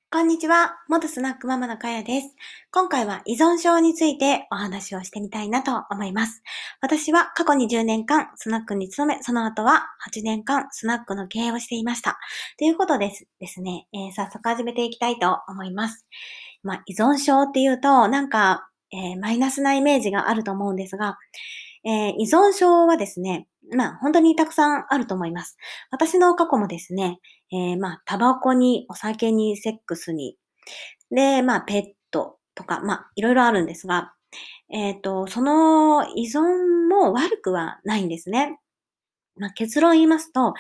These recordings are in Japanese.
こんにちは。元スナックママのかやです。今回は依存症についてお話をしてみたいなと思います。私は過去に10年間スナックに勤め、その後は8年間スナックの経営をしていました。ということですね、早速始めていきたいと思います。依存症っていうと、マイナスなイメージがあると思うんですが、依存症はですね、本当にたくさんあると思います。私の過去もですね、タバコに、お酒に、セックスに、で、ペットとか、いろいろあるんですが、その依存も悪くはないんですね。結論言いますと、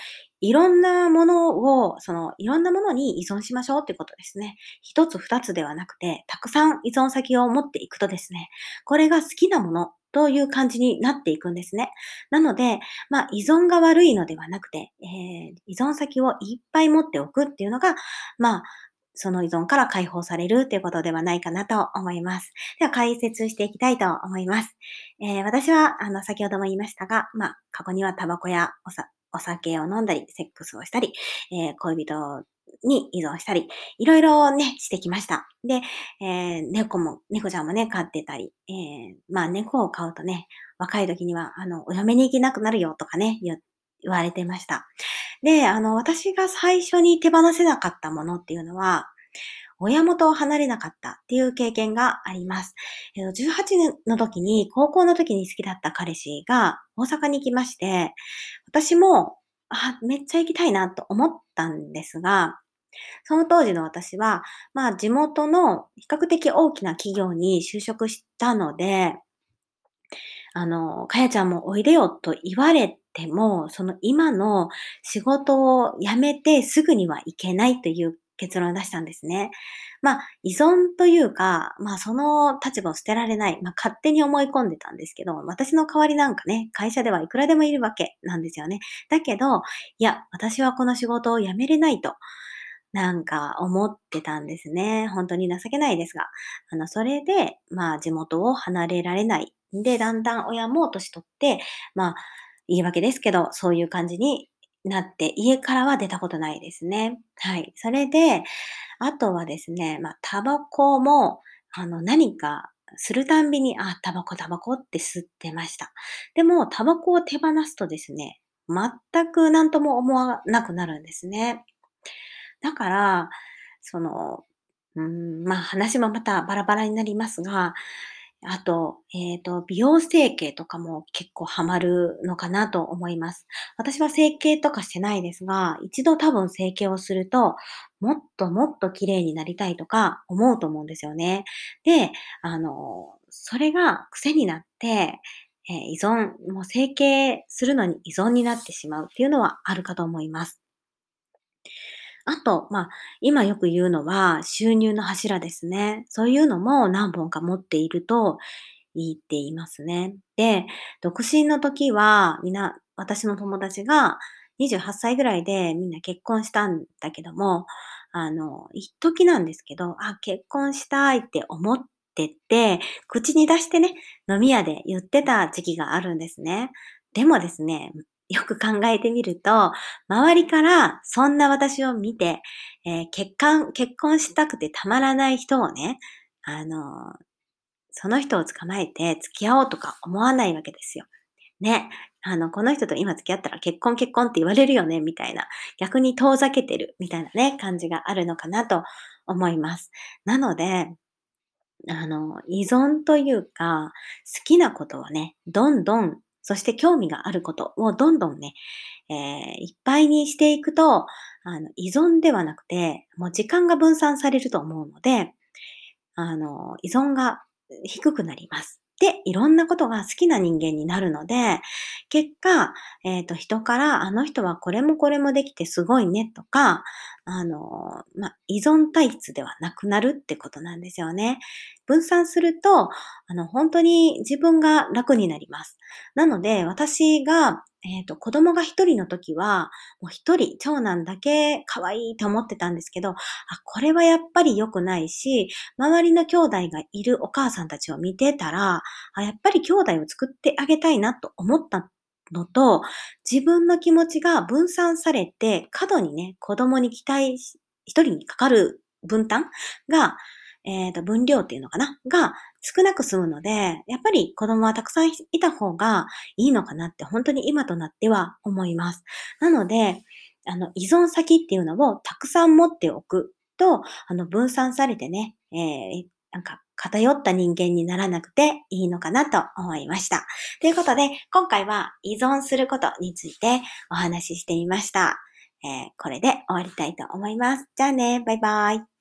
いろんなものに依存しましょうっていうことですね。一つ二つではなくて、たくさん依存先を持っていくとですね、これが好きなものという感じになっていくんですね。なので、依存が悪いのではなくて、依存先をいっぱい持っておくっていうのが、まあ、その依存から解放されるということではないかなと思います。では解説していきたいと思います。私は、先ほども言いましたが、過去にはタバコやお酒を飲んだり、セックスをしたり、恋人に依存したり、いろいろね、してきました。で、猫ちゃんもね、飼ってたり、猫を飼うとね、若い時には、お嫁に行けなくなるよとかね、言われてました。で、私が最初に手放せなかったものっていうのは、親元を離れなかったっていう経験があります。18年の時に、高校の時に好きだった彼氏が大阪に来まして、私も、めっちゃ行きたいなと思ったんですが、その当時の私は、地元の比較的大きな企業に就職したので、かやちゃんもおいでよと言われても、その今の仕事を辞めてすぐには行けないという結論を出したんですね。依存というか、その立場を捨てられない、勝手に思い込んでたんですけど、私の代わりなんかね、会社ではいくらでもいるわけなんですよね。だけど、いや、私はこの仕事を辞めれないと、思ってたんですね。本当に情けないですが。それで、地元を離れられない。で、だんだん親も年取って、言い訳ですけど、そういう感じになって、家からは出たことないですね。はい。それで、あとはですね、タバコも、何かするたんびに、タバコタバコって吸ってました。でも、タバコを手放すとですね、全く何とも思わなくなるんですね。だから、その、話もまたバラバラになりますが、あと、美容整形とかも結構ハマるのかなと思います。私は整形とかしてないですが、一度多分整形をすると、もっともっと綺麗になりたいとか思うと思うんですよね。で、それが癖になって、もう整形するのに依存になってしまうっていうのはあるかと思います。あと、今よく言うのは収入の柱ですね。そういうのも何本か持っているといいって言いますね。で、独身の時は私の友達が28歳ぐらいでみんな結婚したんだけども、一時なんですけど、結婚したいって思ってて、口に出してね、飲み屋で言ってた時期があるんですね。でもですね、よく考えてみると、周りからそんな私を見て、結婚したくてたまらない人をね、あの、その人を捕まえて付き合おうとか思わないわけですよ。ね。この人と今付き合ったら結婚結婚って言われるよね、みたいな。逆に遠ざけてる、みたいなね、感じがあるのかなと思います。なので、依存というか、好きなことをね、どんどん、そして興味があることをどんどんね、いっぱいにしていくと、依存ではなくて、もう時間が分散されると思うので、依存が低くなります。で、いろんなことが好きな人間になるので、結果、人から、あの人はこれもこれもできてすごいねとか、依存体質ではなくなるってことなんですよね。分散すると、本当に自分が楽になります。なので、私が、子供が一人の時は、もう一人、長男だけ可愛いと思ってたんですけど、これはやっぱり良くないし、周りの兄弟がいるお母さんたちを見てたら、やっぱり兄弟を作ってあげたいなと思ったのと、自分の気持ちが分散されて、過度にね、子供に期待し一人にかかる分担が、分量っていうのかなが少なく済むので、やっぱり子供はたくさんいた方がいいのかなって本当に今となっては思います。なので、依存先っていうのをたくさん持っておくと、分散されてね、なんか偏った人間にならなくていいのかなと思いました。ということで、今回は依存することについてお話ししてみました。これで終わりたいと思います。じゃあね、バイバイ。